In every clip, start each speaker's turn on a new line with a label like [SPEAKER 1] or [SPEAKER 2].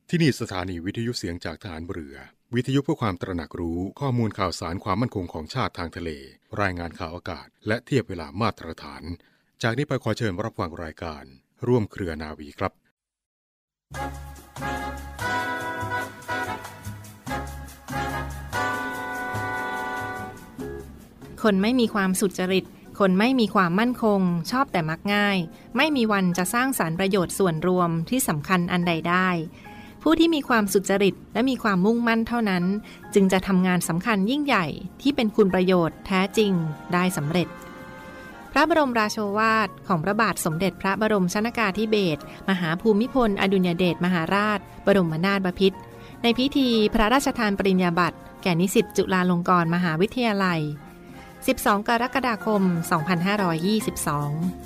[SPEAKER 1] ที่นี่สถานีวิทยุเสียงจากทหารเรือวิทยุเพื่อความตระหนักรู้ข้อมูลข่าวสารความมั่นคงของชาติทางทะเลรายงานข่าวอากาศและเทียบเวลามาตรฐานจากนี้ไปขอเชิญรับฟังรายการร่วมเครือนาวีครับ
[SPEAKER 2] คนไม่มีความสุจริตคนไม่มีความมั่นคงชอบแต่มักง่ายไม่มีวันจะสร้างสรรค์ประโยชน์ส่วนรวมที่สำคัญอันใดได้ผู้ที่มีความสุจริตและมีความมุ่งมั่นเท่านั้นจึงจะทำงานสำคัญยิ่งใหญ่ที่เป็นคุณประโยชน์แท้จริงได้สำเร็จพระบรมราโชวาทของพระบาทสมเด็จพระบรมชนกาธิเบศรมหาภูมิพลอดุลยเดชมหาราชบรมนาถบพิตรในพิธีพระราชทานปริญญาบัตรแก่นิสิตจุฬาลงกรณ์มหาวิทยาลัย12 กรกฎาคม 2522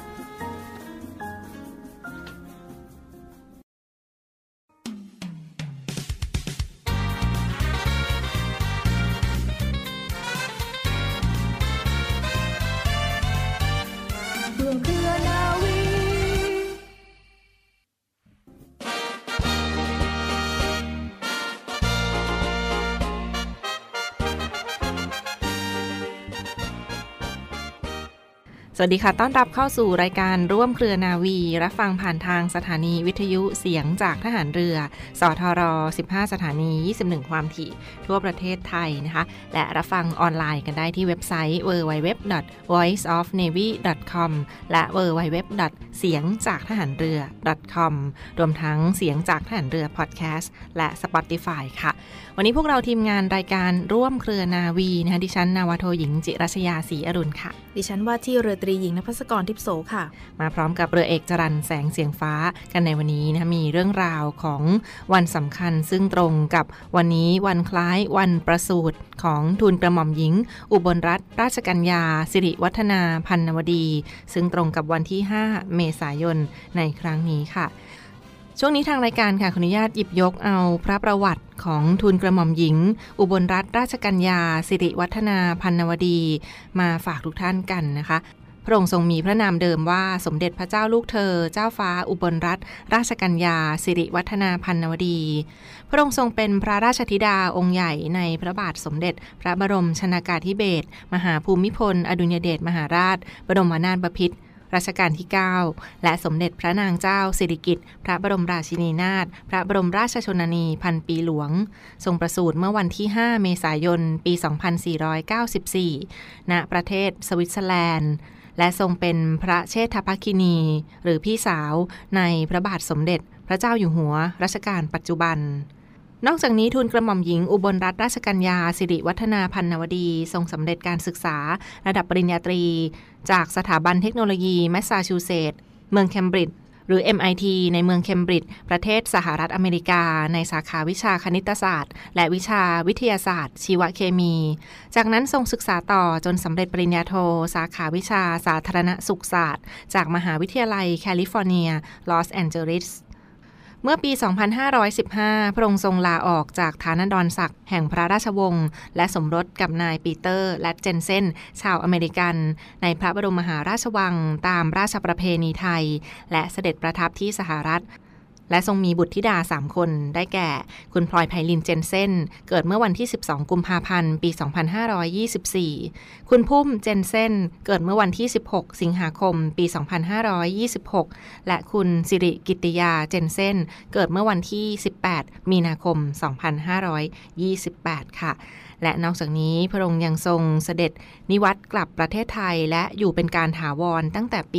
[SPEAKER 2] สวัสดีค่ะต้อนรับเข้าสู่รายการร่วมเครือนาวีรับฟังผ่านทางสถานีวิทยุเสียงจากทหารเรือสทร15 สถานี21ความถี่ทั่วประเทศไทยนะคะและรับฟังออนไลน์กันได้ที่เว็บไซต์ www.voiceofnavy.com และ www.เสียงจากทหารเรือ .com รวมทั้งเสียงจากทหารเรือพอดแคสต์และ Spotify ค่ะวันนี้พวกเราทีมงานรายการร่วมเครือนาวีนะคะดิฉันนาวาโทหญิงจิรัชยาศรีอรุณค่ะ
[SPEAKER 3] ดิฉันว่าที่เรือตรีหญิงณภัสกรทิพโสค่ะ
[SPEAKER 2] มาพร้อมกับเรือเอกจรัญแสงเสียงฟ้ากันในวันนี้นะมีเรื่องราวของวันสำคัญซึ่งตรงกับวันนี้วันคล้ายวันประสูติของทูลกระหม่อมหญิงอุบลรัตนราชกัญญาสิริวัฒนาพันนวดีซึ่งตรงกับวันที่5เมษายนในครั้งนี้ค่ะช่วงนี้ทางรายการค่ะขออนุญาตหยิบยกเอาพระประวัติของทูลกระหม่อมหญิงอุบลรัตนราชกัญญาสิริวัฒนาพันนวดีมาฝากทุกท่านกันนะคะพระองค์ทรงมีพระนามเดิมว่าสมเด็จพระเจ้าลูกเธอเจ้าฟ้าอุบลรัตนราชกัญญาสิริวัฒนาพันนวดีพระองค์ทรงเป็นพระราชธิดาองค์ใหญ่ในพระบาทสมเด็จพระบรมชนกาธิเบศรมหาภูมิพลอดุลยเดชมหาราชบรมนาถบพิตรรัชกาลที่9และสมเด็จพระนางเจ้าสิริกิติ์พระบรมราชินีนาถพระบรมราชชนนีพันปีหลวงทรงประสูติเมื่อวันที่5เมษายนปี2494ณประเทศสวิตเซอร์แลนด์และทรงเป็นพระเชษฐภคินีหรือพี่สาวในพระบาทสมเด็จพระเจ้าอยู่หัวรัชกาลปัจจุบันนอกจากนี้ทูลกระหม่อมหญิงอุบลรัตนราชกัญญาสิริวัฒนาพันนวดีทรงสำเร็จการศึกษาระดับปริญญาตรีจากสถาบันเทคโนโลยีแมสซาชูเซตส์เมืองเคมบริดจ์หรือ MIT ในเมืองเคมบริดจ์ประเทศสหรัฐอเมริกาในสาขาวิชาคณิตศาสตร์และวิชาวิทยาศาสตร์ชีวเคมีจากนั้นทรงศึกษาต่อจนสำเร็จปริญญาโทสาขาวิชาสาธารณสุขศาสตร์จากมหาวิทยาลัยแคลิฟอร์เนียลอสแอนเจลิสเมื่อปี 2515 พระองค์ทรงลาออกจากฐานันดรศักดิ์แห่งพระราชวงศ์และสมรสกับนายปีเตอร์และเจนเซนชาวอเมริกันในพระบรมมหาราชวังตามราชประเพณีไทยและเสด็จประทับที่สหรัฐและทรงมีบุตรธิดา3คนได้แก่คุณพลอยไพลินเจนเซนเกิดเมื่อวันที่12กุมภาพันธ์ปี2524คุณพุ่มเจนเซนเกิดเมื่อวันที่16สิงหาคมปี2526และคุณสิริกิตติยาเจนเซนเกิดเมื่อวันที่18มีนาคม2528ค่ะและนอกจากนี้พระองค์ยังทรงเสด็จนิวัตรกลับประเทศไทยและอยู่เป็นการถาวรตั้งแต่ปี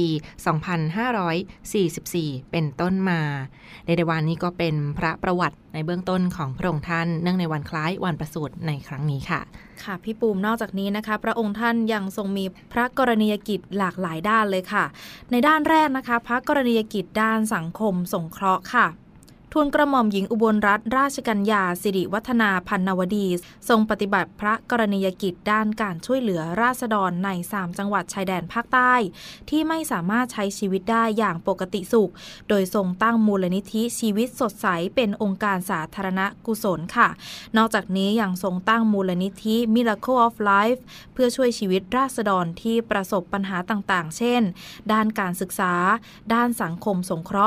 [SPEAKER 2] 2544 เป็นต้นมาในวันนี้ก็เป็นพระประวัติในเบื้องต้นของพระองค์ท่านเนื่องในวันคล้ายวันประสูติในครั้งนี้ค่ะ
[SPEAKER 3] ค่ะพี่ปูมนอกจากนี้นะคะพระองค์ท่านยังทรงมีพระกรณียกิจหลากหลายด้านเลยค่ะในด้านแรกนะคะพระกรณียกิจด้านสังคมสงเคราะห์ค่ะทูลกระหม่อมหญิงอุบลรัตนราชกัญญาสิริวัฒนาพันนวดีทรงปฏิบัติพระกรณียกิจด้านการช่วยเหลือราษฎรใน3จังหวัดชายแดนภาคใต้ที่ไม่สามารถใช้ชีวิตได้อย่างปกติสุขโดยทรงตั้งมูลนิธิชีวิตสดใสเป็นองค์การสาธารณกุศลค่ะนอกจากนี้ยังทรงตั้งมูลนิธิ Miracle of Life เพื่อช่วยชีวิตราษฎรที่ประสบปัญหาต่างๆเช่นด้านการศึกษาด้านสังคมสงเคราะห์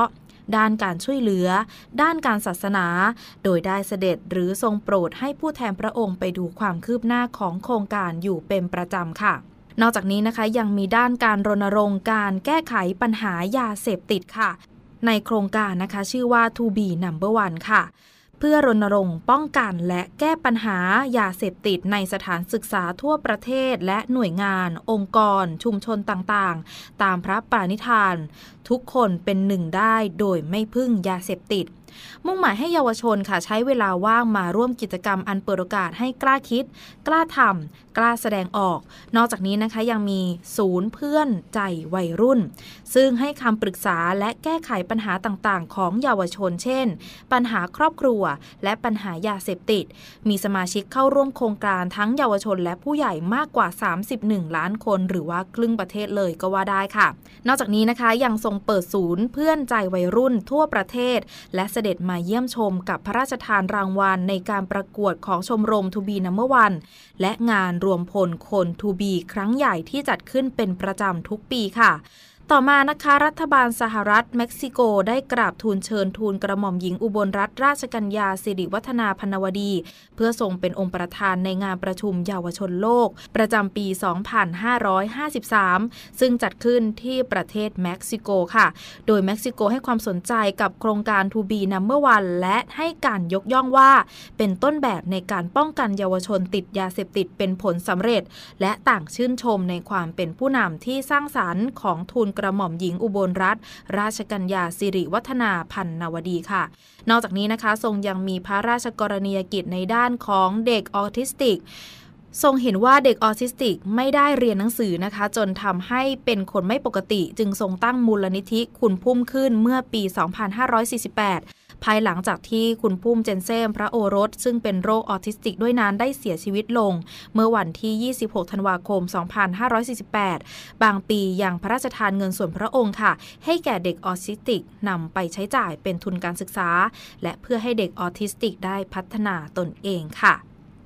[SPEAKER 3] ด้านการช่วยเหลือด้านการศาสนาโดยได้เสด็จหรือทรงโปรดให้ผู้แทนพระองค์ไปดูความคืบหน้าของโครงการอยู่เป็นประจำค่ะนอกจากนี้นะคะยังมีด้านการรณรงค์การแก้ไขปัญหายาเสพติดค่ะในโครงการนะคะชื่อว่า To Be Number One ค่ะเพื่อรณรงค์ป้องกันและแก้ปัญหายาเสพติดในสถานศึกษาทั่วประเทศและหน่วยงานองค์กรชุมชนต่างๆตามพระปณิธานทุกคนเป็นหนึ่งได้โดยไม่พึ่งยาเสพติดมุ่งหมายให้เยาวชนค่ะใช้เวลาว่างมาร่วมกิจกรรมอันเปิดโอกาสให้กล้าคิดกล้าทำกล้าแสดงออกนอกจากนี้นะคะยังมีศูนย์เพื่อนใจวัยรุ่นซึ่งให้คำปรึกษาและแก้ไขปัญหาต่างๆของเยาวชนเช่นปัญหาครอบครัวและปัญหายาเสพติดมีสมาชิกเข้าร่วมโครงการทั้งเยาวชนและผู้ใหญ่มากกว่า31ล้านคนหรือว่าครึ่งประเทศเลยก็ว่าได้ค่ะนอกจากนี้นะคะยังทรงเปิดศูนย์เพื่อนใจวัยรุ่นทั่วประเทศและเสด็จมาเยี่ยมชมกับพระราชทานรางวัลในการประกวดของชมรม To Be Number One และงานรวมพลคน To Be ครั้งใหญ่ที่จัดขึ้นเป็นประจำทุกปีค่ะต่อมานะคะรัฐบาลสหรัฐเม็กซิโกได้กราบทูลเชิญทูลกระหม่อมหญิงอุบลรัตนราชกัญญาสิริวัฒนาพรรณวดีเพื่อทรงเป็นองค์ประธานในงานประชุมเยาวชนโลกประจำปี 2553 ซึ่งจัดขึ้นที่ประเทศเม็กซิโกค่ะโดยเม็กซิโกให้ความสนใจกับโครงการ To Be Number One และให้การยกย่องว่าเป็นต้นแบบในการป้องกันเยาวชนติดยาเสพติดเป็นผลสำเร็จและต่างชื่นชมในความเป็นผู้นำที่สร้างสรรค์ของทูลกระหม่อมหญิงอุบลรัตนราชกัญญาสิริวัฒนาพรรณวดีค่ะนอกจากนี้นะคะทรงยังมีพระราชกรณียกิจในด้านของเด็กออทิสติกทรงเห็นว่าเด็กออทิสติกไม่ได้เรียนหนังสือนะคะจนทำให้เป็นคนไม่ปกติจึงทรงตั้งมูลนิธิคุณพุ่มขึ้นเมื่อปี 2548ภายหลังจากที่คุณพุ่มเจนเซมพระโอรสซึ่งเป็นโรคออทิสติกด้วยนั้นได้เสียชีวิตลงเมื่อวันที่ 26 ธันวาคม 2548 บางปียังพระราชทานเงินส่วนพระองค์ค่ะให้แก่เด็กออทิสติกนำไปใช้จ่ายเป็นทุนการศึกษาและเพื่อให้เด็กออทิสติกได้พัฒนาตนเองค่ะ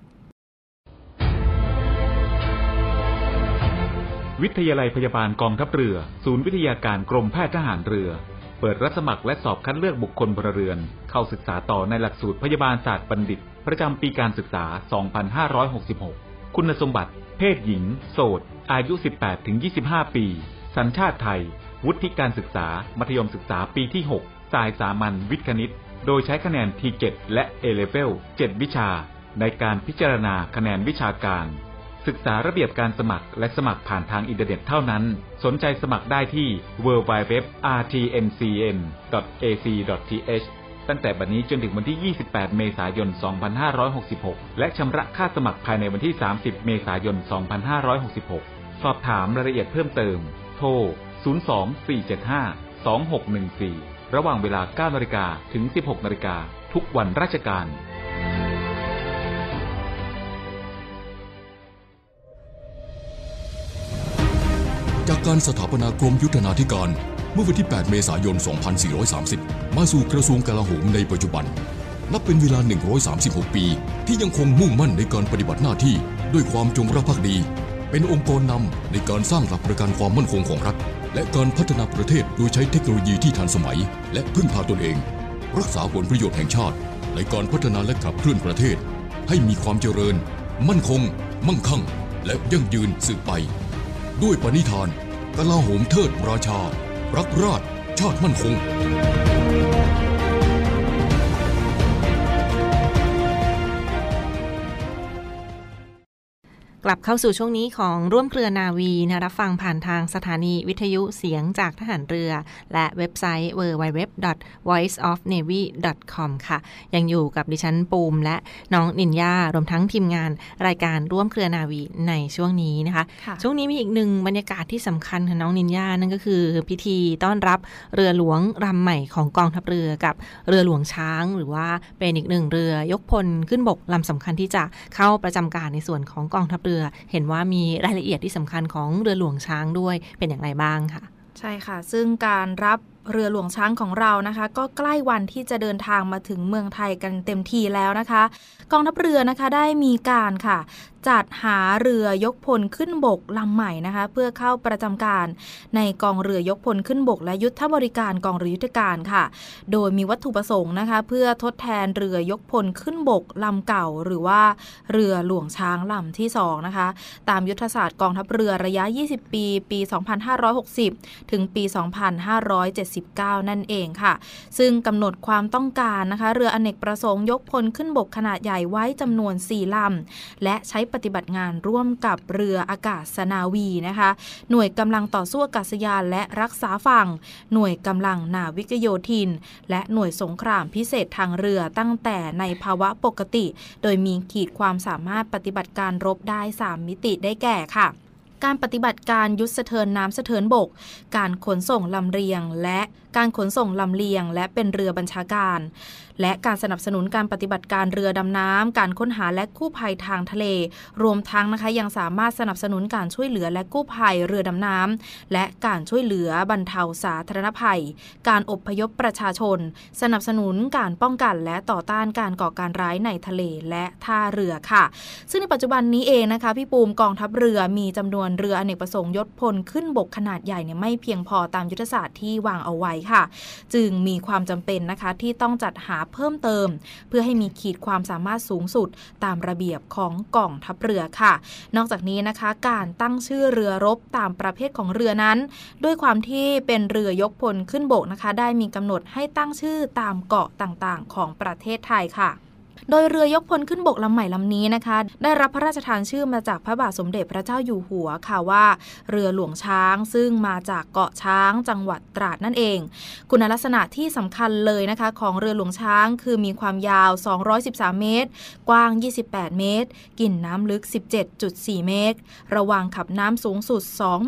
[SPEAKER 4] วิทยาลัยพยาบาลกองทัพเรือศูนย์วิทยาการกรมแพทย์ทหารเรือเปิดรับสมัครและสอบคัดเลือกบุคคลพลเรือนเข้าศึกษาต่อในหลักสูตรพยาบาลศาสตร์บัณฑิตประจำปีการศึกษา 2566 คุณสมบัติเพศหญิงโสดอายุ 18-25 ปีสัญชาติไทยวุฒิการศึกษามัธยมศึกษาปีที่ 6 สายสามัญวิทย์คณิตโดยใช้คะแนน T7 และ A-Level 7 วิชาในการพิจารณาคะแนนวิชาการศึกษาระเบียบการสมัครและสมัครผ่านทางอินเทอร์เน็ตเท่านั้นสนใจสมัครได้ที่ www.rtncn.ac.th ตั้งแต่บัดนี้จนถึงวันที่ 28 เมษายน 2566 และชำระค่าสมัครภายในวันที่ 30 เมษายน 2566 สอบถามรายละเอียดเพิ่มเติมโทร 024752614 ระหว่างเวลา 9 นาฬิกาถึง 16 นาฬิกาทุกวันราชการ
[SPEAKER 5] จากการสถาปนากรมยุทธนาธิการเมื่อวันที่ 8 เมษายน 2430 มาสู่กระทรวงกลาโหมในปัจจุบันนับเป็นเวลา 136 ปีที่ยังคงมุ่งมั่นในการปฏิบัติหน้าที่ด้วยความจงรักภักดีเป็นองค์กรนำในการสร้างหลักประกันความมั่นคงของรัฐและการพัฒนาประเทศโดยใช้เทคโนโลยีที่ทันสมัยและพึ่งพาตนเองรักษาผลประโยชน์แห่งชาติในการพัฒนาและขับเคลื่อนประเทศให้มีความเจริญมั่นคงมั่งคั่งและยั่งยืนสืบไปด้วยปณิธานกลาโหมเทิดราชารักราชชาติมั่นคง
[SPEAKER 2] กลับเข้าสู่ช่วงนี้ของร่วมเครือนาวีนะรับฟังผ่านทางสถานีวิทยุเสียงจากทหารเรือและเว็บไซต์ www.voiceofnavy.com ค่ะยังอยู่กับดิฉันปูมและน้องนินยารวมทั้งทีมงานรายการร่วมเครือนาวีในช่วงนี้นะคะช่วงนี้มีอีกหนึ่งบรรยากาศที่สำคัญของน้องนินยานั่นก็คือพิธีต้อนรับเรือหลวงลำใหม่ของกองทัพเรือกับเรือหลวงช้างหรือว่าเป็นอีกหนึ่งเรือยกพลขึ้นบกลำสำคัญที่จะเข้าประจำการในส่วนของกองทัพเรือเห็นว่ามีรายละเอียดที่สำคัญของเรือหลวงช้างด้วยเป็นอย่างไรบ้างค่ะ
[SPEAKER 3] ใช่ค่ะซึ่งการรับเรือหลวงช้างของเรานะคะก็ใกล้วันที่จะเดินทางมาถึงเมืองไทยกันเต็มทีแล้วนะคะกองทัพเรือนะคะได้มีการค่ะจัดหาเรือยกพลขึ้นบกลำใหม่นะคะเพื่อเข้าประจำการในกองเรือยกพลขึ้นบกและยุทธบริการกองเรือยุทธการค่ะโดยมีวัตถุประสงค์นะคะเพื่อทดแทนเรือยกพลขึ้นบกลำเก่าหรือว่าเรือหลวงช้างลำที่2นะคะตามยุทธศาสตร์กองทัพเรือระยะ20ปีปี 2560 ถึงปี 2579 นั่นเองค่ะซึ่งกำหนดความต้องการนะคะเรืออเนกประสงค์ยกพลขึ้นบกขนาดใหญ่ไว้จำนวน4ลำและใช้ปฏิบัติงานร่วมกับเรืออากาศนาวีนะคะหน่วยกำลังต่อสู้อากาศยานและรักษาฝั่งหน่วยกำลังนาวิกโยธินและหน่วยสงครามพิเศษทางเรือตั้งแต่ในภาวะปกติโดยมีขีดความสามารถปฏิบัติการรบได้3มิติได้แก่ค่ะการปฏิบัติการยุทธสะเทินน้ำสะเทินบกการขนส่งลำเลียงและการขนส่งลำเลียงและเป็นเรือบัญชาการและการสนับสนุนการปฏิบัติการเรือดำน้ำการค้นหาและกู้ภัยทางทะเลรวมทั้งนะคะยังสามารถสนับสนุนการช่วยเหลือและกู้ภัยเรือดำน้ำและการช่วยเหลือบรรเทาสาธารณภัยการอพยพประชาชนสนับสนุนการป้องกันและต่อต้านการก่อการร้ายในทะเลและท่าเรือค่ะซึ่งในปัจจุบันนี้เองนะคะพี่ปูมกองทัพเรือมีจำนวนเรืออเนกประสงค์ยกพลขึ้นบกขนาดใหญ่เนี่ยไม่เพียงพอตามยุทธศาสตร์ที่วางเอาไว้ค่ะจึงมีความจำเป็นนะคะที่ต้องจัดหาเพิ่มเติมเพื่อให้มีขีดความสามารถสูงสุดตามระเบียบของกองทัพเรือค่ะนอกจากนี้นะคะการตั้งชื่อเรือรบตามประเภทของเรือนั้นด้วยความที่เป็นเรือยกพลขึ้นบกนะคะได้มีกำหนดให้ตั้งชื่อตามเกาะต่างๆของประเทศไทยค่ะโดยเรือยกพลขึ้นบกลำใหม่ลำนี้นะคะได้รับพระราชทานชื่อมาจากพระบาทสมเด็จพระเจ้าอยู่หัวค่ะว่าเรือหลวงช้างซึ่งมาจากเกาะช้างจังหวัดตราดนั่นเองคุณลักษณะที่สำคัญเลยนะคะของเรือหลวงช้างคือมีความยาว213เมตรกว้าง28เมตรกินน้ำลึก 17.4 เมตรระวางขับน้ำสูงสุด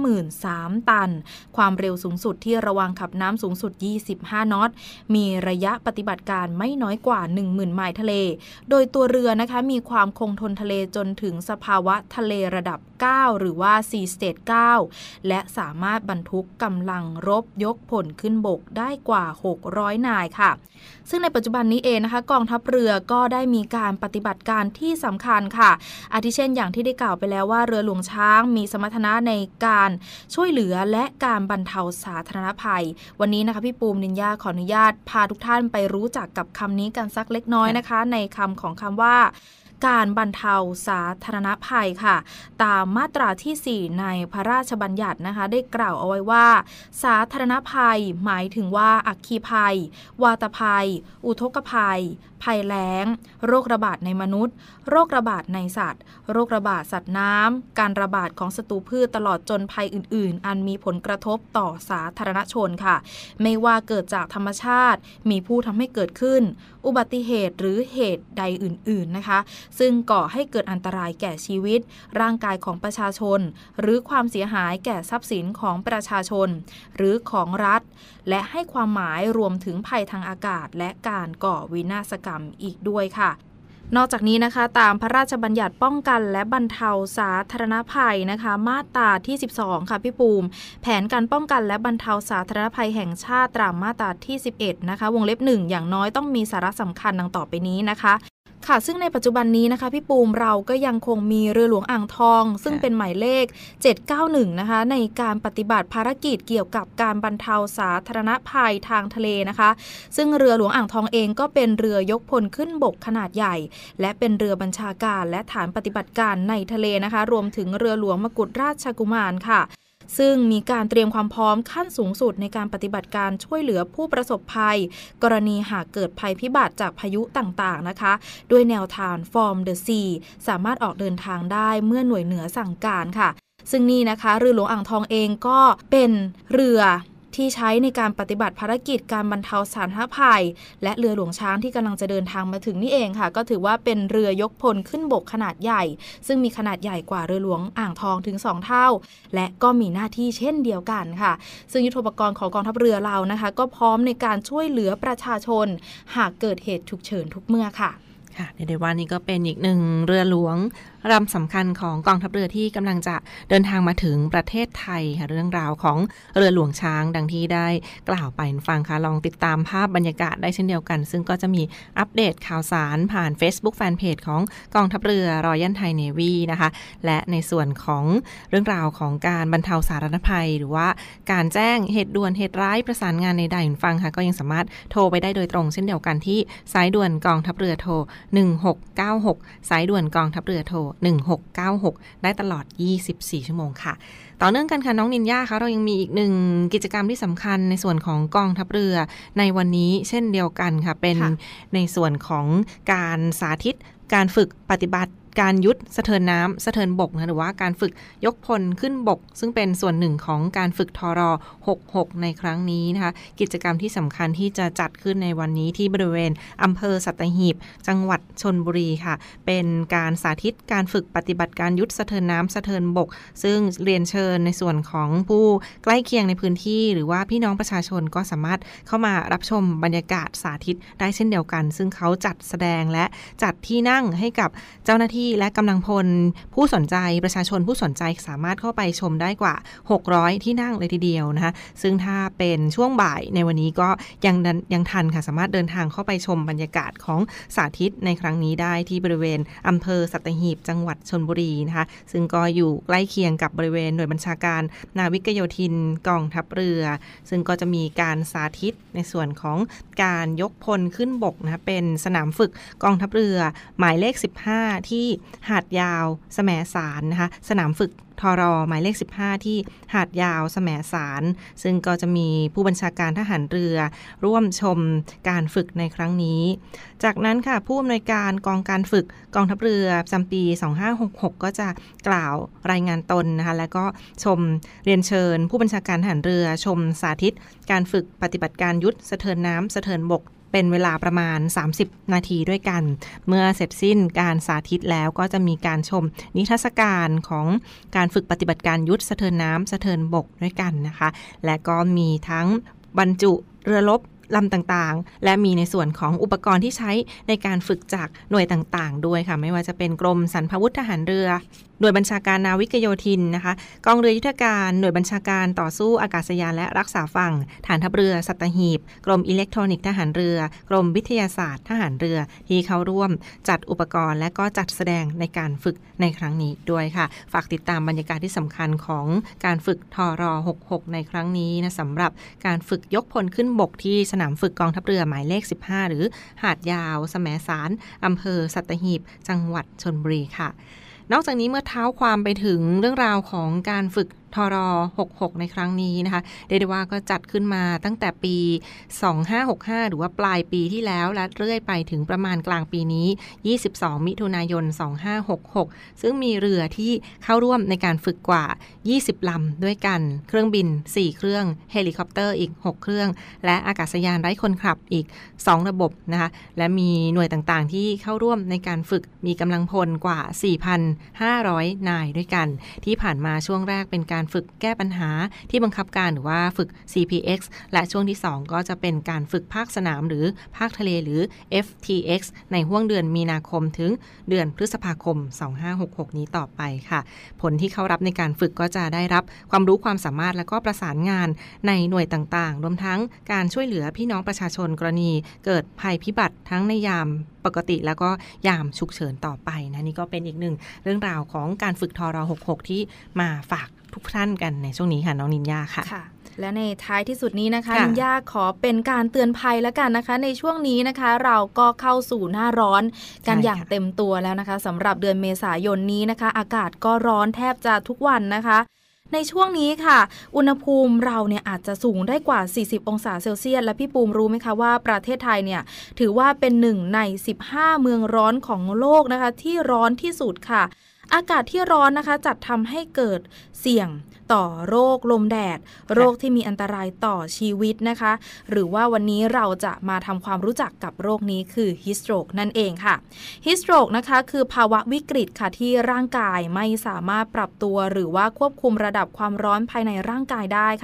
[SPEAKER 3] 23,000 ตันความเร็วสูงสุดที่ระวางขับน้ำสูงสุด25 นอตมีระยะปฏิบัติการไม่น้อยกว่า 10,000 ไมล์ทะเลโดยตัวเรือนะคะมีความคงทนทะเลจนถึงสภาวะทะเลระดับ9หรือว่า Sea State 9และสามารถบรรทุกกำลังรบยกพลขึ้นบกได้กว่า600นายค่ะซึ่งในปัจจุบันนี้เองนะคะกองทัพเรือก็ได้มีการปฏิบัติการที่สำคัญค่ะอาทิเช่นอย่างที่ได้กล่าวไปแล้วว่าเรือหลวงช้างมีสมรรถนะในการช่วยเหลือและการบรรเทาสาธารณภัยวันนี้นะคะพี่ปูมนินยาขออนุญาตพาทุกท่านไปรู้จักกับคำนี้กันสักเล็กน้อยนะคะในคำของคำว่าการบรรเทาสาธารณภัยค่ะตามมาตราที่4ในพระราชบัญญัตินะคะได้กล่าวเอาไว้ว่าสาธารณภัยหมายถึงว่าอัคคีภัยวาตภัยอุทกภัยภัยแล้งโรคระบาดในมนุษย์โรคระบาดในสัตว์โรคระบาดสัตว์น้ำการระบาดของศัตรูพืชตลอดจนภัยอื่นๆอันมีผลกระทบต่อสาธารณชนค่ะไม่ว่าเกิดจากธรรมชาติมีผู้ทำให้เกิดขึ้นอุบัติเหตุหรือเหตุใดอื่นๆนะคะซึ่งก่อให้เกิดอันตรายแก่ชีวิตร่างกายของประชาชนหรือความเสียหายแก่ทรัพย์สินของประชาชนหรือของรัฐและให้ความหมายรวมถึงภัยทางอากาศและการก่อวินาศกรรมอีกด้วยค่ะนอกจากนี้นะคะตามพระราชบัญญัติป้องกันและบรรเทาสาธารณภัยนะคะมาตราที่12ค่ะพี่ปูมแผนการป้องกันและบรรเทาสาธารณภัยแห่งชาติตามมาตราที่11นะคะวงเล็บ1อย่างน้อยต้องมีสาระสำคัญดังต่อไปนี้นะคะค่ะซึ่งในปัจจุบันนี้นะคะพี่ปูมเราก็ยังคงมีเรือหลวงอ่างทองซึ่งเป็นหมายเลข791นะคะในการปฏิบัติภารกิจเกี่ยวกับการบรรเทาสาธารณภัยทางทะเลนะคะซึ่งเรือหลวงอ่างทองเองก็เป็นเรือยกพลขึ้นบกขนาดใหญ่และเป็นเรือบัญชาการและฐานปฏิบัติการในทะเลนะคะรวมถึงเรือหลวงมกุฎราชกุมารค่ะซึ่งมีการเตรียมความพร้อมขั้นสูงสุดในการปฏิบัติการช่วยเหลือผู้ประสบภัยกรณีหากเกิดภัยพิบัติจากพายุต่างๆนะคะด้วยแนวทาง From the Sea สามารถออกเดินทางได้เมื่อหน่วยเหนือสั่งการค่ะซึ่งนี่นะคะเรือหลวงอ่างทองเองก็เป็นเรือที่ใช้ในการปฏิบัติภารกิจการบรรเทาสาธารณภัยและเรือหลวงช้างที่กำลังจะเดินทางมาถึงนี่เองค่ะก็ถือว่าเป็นเรือยกพลขึ้นบกขนาดใหญ่ซึ่งมีขนาดใหญ่กว่าเรือหลวงอ่างทองถึง2เท่าและก็มีหน้าที่เช่นเดียวกันค่ะซึ่งยุทโธปกรณ์ของกองทัพเรือเรานะคะก็พร้อมในการช่วยเหลือประชาชนหากเกิดเหตุฉุกเฉินทุกเมื่อค่ะ
[SPEAKER 2] ค่ะในวันนี้ก็เป็นอีกหนึ่งเรือหลวงลำสำคัญของกองทัพเรือที่กำลังจะเดินทางมาถึงประเทศไทยค่ะเรื่องราวของเรือหลวงช้างดังที่ได้กล่าวไปฟังค่ะลองติดตามภาพบรรยากาศได้เช่นเดียวกันซึ่งก็จะมีอัปเดตข่าวสารผ่าน Facebook Fanpage ของกองทัพเรือรอยัลไทยเนวีนะคะและในส่วนของเรื่องราวของการบรรเทาสาธารณภัยหรือว่าการแจ้งเหตุด่วนเหตุร้ายประสานงานในใดฟังค่ะก็ยังสามารถโทรไปได้โดยตรงเช่นเดียวกันที่สายด่วนกองทัพเรือโทร1696สายด่วนกองทัพเรือโทร1696ได้ตลอด24ชั่วโมงค่ะต่อเนื่องกันค่ะน้องนินยาคะเรายังมีอีกหนึ่งกิจกรรมที่สำคัญในส่วนของกองทัพเรือในวันนี้เช่นเดียวกันค่ะเป็นในส่วนของการสาธิตการฝึกปฏิบัติการยุทธสะเทินน้ำสะเทินบกนะหรือว่าการฝึกยกพลขึ้นบกซึ่งเป็นส่วนหนึ่งของการฝึกทร66ในครั้งนี้นะคะกิจกรรมที่สำคัญที่จะจัดขึ้นในวันนี้ที่บริเวณอำเภอสัตหีบจังหวัดชลบุรีค่ะเป็นการสาธิตการฝึกปฏิบัติการยุทธสะเทินน้ำสะเทินบกซึ่งเรียนเชิญในส่วนของผู้ใกล้เคียงในพื้นที่หรือว่าพี่น้องประชาชนก็สามารถเข้ามารับชมบรรยากาศสาธิตได้เช่นเดียวกันซึ่งเขาจัดแสดงและจัดที่นั่งให้กับเจ้าหน้าที่และกำลังพลผู้สนใจประชาชนผู้สนใจสามารถเข้าไปชมได้กว่า600ที่นั่งเลยทีเดียวนะคะซึ่งถ้าเป็นช่วงบ่ายในวันนี้ก็ยังทันค่ะสามารถเดินทางเข้าไปชมบรรยากาศของสาธิตในครั้งนี้ได้ที่บริเวณอำเภอสัตหีบจังหวัดชลบุรีนะคะซึ่งก็อยู่ใกล้เคียงกับบริเวณหน่วยบัญชาการนาวิกโยธินกองทัพเรือซึ่งก็จะมีการสาธิตในส่วนของการยกพลขึ้นบกนะคะเป็นสนามฝึกกองทัพเรือหมายเลข15ที่หาดยาวแสมสารนะคะสนามฝึกทรหมายเลข15ที่หาดยาวแสมสารซึ่งก็จะมีผู้บัญชาการทหารเรือร่วมชมการฝึกในครั้งนี้จากนั้นค่ะผู้อำนวยการกองการฝึกกองทัพเรือประจำปี2566ก็จะกล่าวรายงานตนนะคะและก็ชมเรียนเชิญผู้บัญชาการทหารเรือชมสาธิตการฝึกปฏิบัติการยุทธสะเทินน้ำสะเทินบกเป็นเวลาประมาณ30นาทีด้วยกันเมื่อเสร็จสิ้นการสาธิตแล้วก็จะมีการชมนิทรรศการของการฝึกปฏิบัติการยุทธสะเทินน้ำสะเทินบกด้วยกันนะคะและก็มีทั้งบรรจุเรือรบลำต่างๆและมีในส่วนของอุปกรณ์ที่ใช้ในการฝึกจากหน่วยต่างๆด้วยค่ะไม่ว่าจะเป็นกรมสรรพาวุธทหารเรือหน่วยบัญชาการนาวิกโยธินนะคะกองเรือยุทธการหน่วยบัญชาการต่อสู้อากาศยานและรักษาฝั่งฐานทัพเรือสัตหีบกรมอิเล็กทรอนิกส์ทหารเรือกรมวิทยาศาสตร์ทหารเรือที่เข้าร่วมจัดอุปกรณ์และก็จัดแสดงในการฝึกในครั้งนี้ด้วยค่ะฝากติดตามบรรยากาศที่สำคัญของการฝึกทร66ในครั้งนี้นะสำหรับการฝึกยกพลขึ้นบกที่สนามฝึกกองทัพเรือหมายเลข15หรือหาดยาวแสมสารอำเภอสัตหีบจังหวัดชลบุรีค่ะนอกจากนี้เมื่อเท้าความไปถึงเรื่องราวของการฝึกทร66ในครั้งนี้นะคะเรียกได้ว่าก็จัดขึ้นมาตั้งแต่ปี2565หรือว่าปลายปีที่แล้วและเรื่อยไปถึงประมาณกลางปีนี้22มิถุนายน2566ซึ่งมีเรือที่เข้าร่วมในการฝึกกว่า20ลำด้วยกันเครื่องบิน4เครื่องเฮลิคอปเตอร์อีก6เครื่องและอากาศยานไร้คนขับอีก2ระบบนะคะและมีหน่วยต่างๆที่เข้าร่วมในการฝึกมีกำลังพลกว่า 4,500 นายด้วยกันที่ผ่านมาช่วงแรกเป็นการฝึกแก้ปัญหาที่บังคับการหรือว่าฝึก CPX และช่วงที่2ก็จะเป็นการฝึกภาคสนามหรือภาคทะเลหรือ FTX ในห้วงเดือนมีนาคมถึงเดือนพฤษภาคม2566นี้ต่อไปค่ะผลที่เข้ารับในการฝึกก็จะได้รับความรู้ความสามารถและก็ประสานงานในหน่วยต่างๆรวมทั้งการช่วยเหลือพี่น้องประชาชนกรณีเกิดภัยพิบัติทั้งในยามปกติแล้วก็ยามฉุกเฉินต่อไปนะนี่ก็เป็นอีกหนึ่งเรื่องราวของการฝึกทร66ที่มาฝากทุกท่านกันในช่วงนี้ค่ะน้องนินยาค่ะ
[SPEAKER 3] และในท้ายที่สุดนี้นะคะนินยาขอเป็นการเตือนภัยแล้วกันนะคะในช่วงนี้นะคะเราก็เข้าสู่หน้าร้อนกันอย่างเต็มตัวแล้วนะคะสำหรับเดือนเมษายนนี้นะคะอากาศก็ร้อนแทบจะทุกวันนะคะในช่วงนี้ค่ะอุณหภูมิเราเนี่ยอาจจะสูงได้กว่า40องศาเซลเซียสและพี่ปูมรู้ไหมคะว่าประเทศไทยเนี่ยถือว่าเป็น1ใน15เมืองร้อนของโลกนะคะที่ร้อนที่สุดค่ะอากาศที่ร้อนนะคะจัดทำให้เกิดเสี่ยงต่อโรคลมแดดโรคที่มีอันตรายต่อชีวิตนะคะหรือว่าวันนี้เราจะมาทำความรู้จักกับโรคนี้คือ Heat Stroke นั่นเองค่ะ Heat Stroke นะคะคือภาวะวิกฤตค่ะที่ร่างกายไม่สามารถปรับตัวหรือว่าควบคุมระดับความร้อนภายในร่างกายได้ค่ะ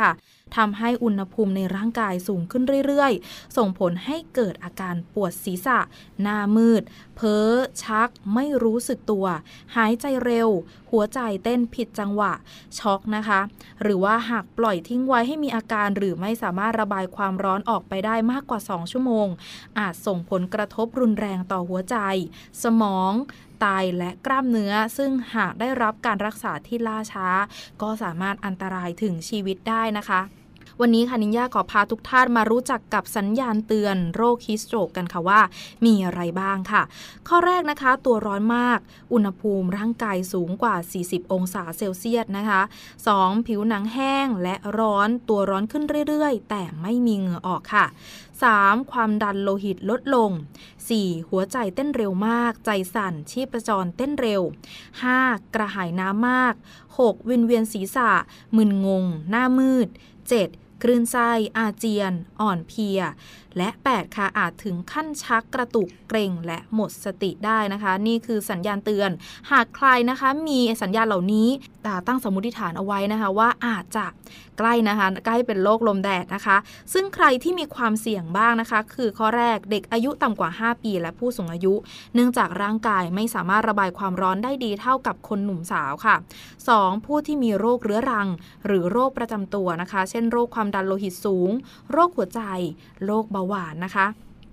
[SPEAKER 3] ทำให้อุณหภูมิในร่างกายสูงขึ้นเรื่อยๆส่งผลให้เกิดอาการปวดศีรษะหน้ามืดเพ้อชักไม่รู้สึกตัวหายใจเร็วหัวใจเต้นผิดจังหวะช็อกนะคะหรือว่าหากปล่อยทิ้งไว้ให้มีอาการหรือไม่สามารถระบายความร้อนออกไปได้มากกว่า2ชั่วโมงอาจส่งผลกระทบรุนแรงต่อหัวใจสมองไตและกล้ามเนื้อซึ่งหากได้รับการรักษาที่ล่าช้าก็สามารถอันตรายถึงชีวิตได้นะคะวันนี้ค่ะนิญญาขอพาทุกท่านมารู้จักกับสัญญาณเตือนโรคฮีสโตรกกันค่ะว่ามีอะไรบ้างค่ะข้อแรกนะคะตัวร้อนมากอุณหภูมิร่างกายสูงกว่า40องศาเซลเซียสนะคะ 2. ผิวหนังแห้งและร้อนตัวร้อนขึ้นเรื่อยๆแต่ไม่มีเหงื่อออกค่ะ 3. ความดันโลหิตลดลง 4. หัวใจเต้นเร็วมากใจสั่นชีพจรเต้นเร็ว 5. กระหายน้ำมาก 6. วิงเวียนศีรษะมึนงงหน้ามืด 7. คลื่นไส้อาเจียนอ่อนเพลียและ 8 ค่ะอาจถึงขั้นชักกระตุกเกร็งและหมดสติได้นะคะนี่คือสัญญาณเตือนหากใครนะคะมีสัญญาณเหล่านี้ตั้งสมมุติฐานเอาไว้นะคะว่าอาจจะใกล้นะคะใกล้เป็นโรคลมแดดนะคะซึ่งใครที่มีความเสี่ยงบ้างนะคะคือข้อแรกเด็กอายุต่ำกว่า5ปีและผู้สูงอายุเนื่องจากร่างกายไม่สามารถระบายความร้อนได้ดีเท่ากับคนหนุ่มสาวค่ะ 2. ผู้ที่มีโรคเรื้อรังหรือโรคประจำตัวนะคะเช่นโรคความดันโลหิตสูงโรคหัวใจโรคเบาหวานนะคะ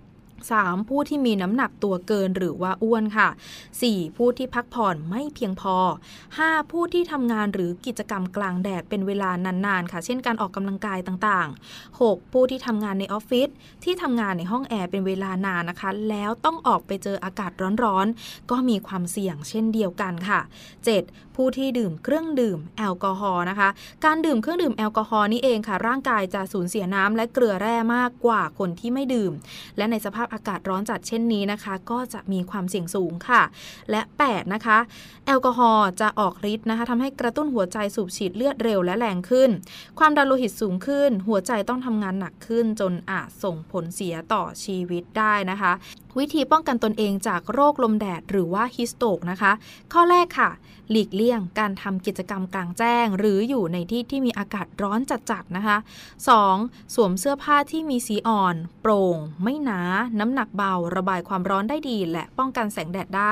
[SPEAKER 3] 3. ผู้ที่มีน้ำหนักตัวเกินหรือว่าอ้วนค่ะ 4. ผู้ที่พักผ่อนไม่เพียงพอ 5. ผู้ที่ทำงานหรือกิจกรรมกลางแดดเป็นเวลานานๆค่ะเช่นการออกกำลังกายต่างๆ 6. ผู้ที่ทำงานในออฟฟิศที่ทำงานในห้องแอร์เป็นเวลานานนะคะแล้วต้องออกไปเจออากาศร้อนๆก็มีความเสี่ยงเช่นเดียวกันค่ะ 7. ผู้ที่ดื่มเครื่องดื่มแอลกอฮอล์นะคะการดื่มเครื่องดื่มแอลกอฮอล์นี่เองค่ะร่างกายจะสูญเสียน้ำและเกลือแร่มากกว่าคนที่ไม่ดื่มและในสภาพอากาศร้อนจัดเช่นนี้นะคะก็จะมีความเสี่ยงสูงค่ะและ8นะคะแอลกอฮอล์จะออกฤทธิ์นะคะทำให้กระตุ้นหัวใจสูบฉีดเลือดเร็วและแรงขึ้นความดันโลหิตสูงขึ้นหัวใจต้องทำงานหนักขึ้นจนอาจส่งผลเสียต่อชีวิตได้นะคะวิธีป้องกันตนเองจากโรคลมแดดหรือว่าฮีสโตรกนะคะข้อแรกค่ะหลีกเลี่ยงการทำกิจกรรมกลางแจ้งหรืออยู่ในที่ที่มีอากาศร้อนจัดๆนะคะ 2. สวมเสื้อผ้าที่มีสีอ่อนโปร่งไม่หนาน้ำหนักเบาระบายความร้อนได้ดีและป้องกันแสงแดดได้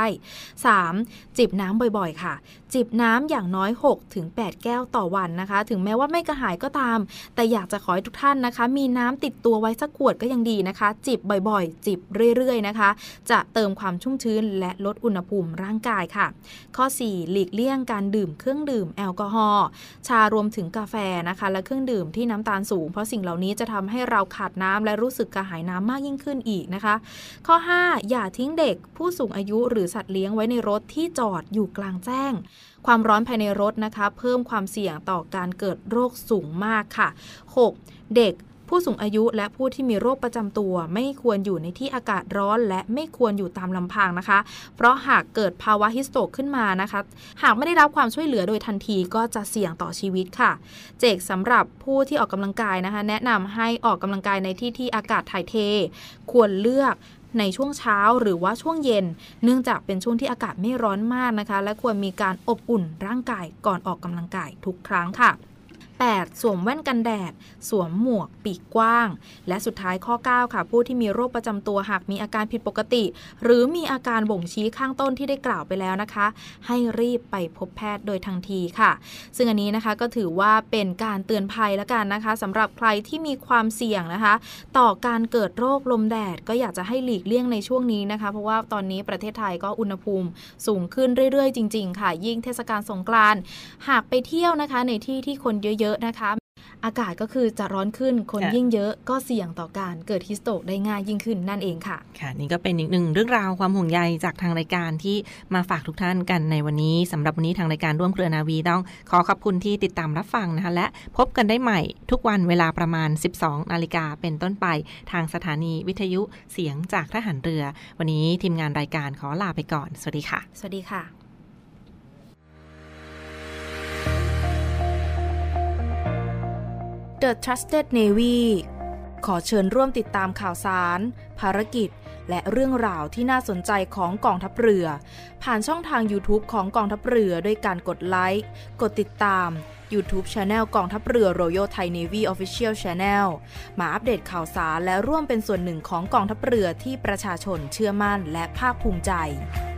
[SPEAKER 3] 3. จิบน้ำบ่อยๆค่ะจิบน้ำอย่างน้อย 6-8 แก้วต่อวันนะคะถึงแม้ว่าไม่กระหายก็ตามแต่อยากจะขอให้ทุกท่านนะคะมีน้ำติดตัวไว้สักขวดก็ยังดีนะคะจิบบ่อยๆจิบเรื่อยๆนะคะจะเติมความชุ่มชื้นและลดอุณหภูมิร่างกายค่ะข้อ 4. หลีกเลี่ยงการดื่มเครื่องดื่มแอลกอฮอล์ชารวมถึงกาแฟนะคะและเครื่องดื่มที่น้ำตาลสูงเพราะสิ่งเหล่านี้จะทำให้เราขาดน้ำและรู้สึกกระหายน้ำมากยิ่งขึ้นอีกนะคะข้อ 5. อย่าทิ้งเด็กผู้สูงอายุหรือสัตว์เลี้ยงไว้ในรถที่จอดอยู่กลางแจ้งความร้อนภายในรถนะคะเพิ่มความเสี่ยงต่อการเกิดโรคสูงมากค่ะ 6. เด็กผู้สูงอายุและผู้ที่มีโรคประจำตัวไม่ควรอยู่ในที่อากาศร้อนและไม่ควรอยู่ตามลำพังนะคะเพราะหากเกิดภาวะฮิสโตรกขึ้นมานะคะหากไม่ได้รับความช่วยเหลือโดยทันทีก็จะเสี่ยงต่อชีวิตค่ะสำหรับผู้ที่ออกกำลังกายนะคะแนะนำให้ออกกำลังกายในที่ที่อากาศถ่ายเทควรเลือกในช่วงเช้าหรือว่าช่วงเย็นเนื่องจากเป็นช่วงที่อากาศไม่ร้อนมากนะคะและควรมีการอบอุ่นร่างกายก่อนออกกำลังกายทุกครั้งค่ะ 8. สวมแว่นกันแดดสวมหมวกปีกกว้างและสุดท้ายข้อ 9 ค่ะผู้ที่มีโรคประจำตัวหากมีอาการผิดปกติหรือมีอาการบ่งชี้ข้างต้นที่ได้กล่าวไปแล้วนะคะให้รีบไปพบแพทย์โดยทันทีค่ะซึ่งอันนี้นะคะก็ถือว่าเป็นการเตือนภัยแล้วกันนะคะสำหรับใครที่มีความเสี่ยงนะคะต่อการเกิดโรคลมแดดก็อยากจะให้หลีกเลี่ยงในช่วงนี้นะคะเพราะว่าตอนนี้ประเทศไทยก็อุณหภูมิสูงขึ้นเรื่อยๆจริงๆค่ะยิ่งเทศกาลสงกรานต์หากไปเที่ยวนะคะในที่ที่คนเยอะๆนะคะอากาศก็คือจะร้อนขึ้นคนยิ่งเยอะก็เสี่ยงต่อการเกิดฮิสโตรกได้ง่ายยิ่งขึ้นนั่นเองค่ะ
[SPEAKER 2] ค่ะนี่ก็เป็นอีกหนึ่งเรื่องราวความห่วงใยจากทางรายการที่มาฝากทุกท่านกันในวันนี้สำหรับวันนี้ทางรายการร่วมเครือนาวีต้องขอขอบคุณที่ติดตามรับฟังนะคะและพบกันได้ใหม่ทุกวันเวลาประมาณ 12 นาฬิกาเป็นต้นไปทางสถานีวิทยุเสียงจากทหารเรือวันนี้ทีมงานรายการขอลาไปก่อนสวัสดีค่ะ
[SPEAKER 3] สวัสดีค่ะThe Trusted Navy ขอเชิญร่วมติดตามข่าวสารภารกิจและเรื่องราวที่น่าสนใจของกองทัพเรือผ่านช่องทาง YouTube ของกองทัพเรือด้วยการกดไลค์กดติดตาม YouTube Channel กองทัพเรือ Royal Thai Navy Official Channel มาอัปเดตข่าวสารและร่วมเป็นส่วนหนึ่งของกองทัพเรือที่ประชาชนเชื่อมั่นและภาคภูมิใจ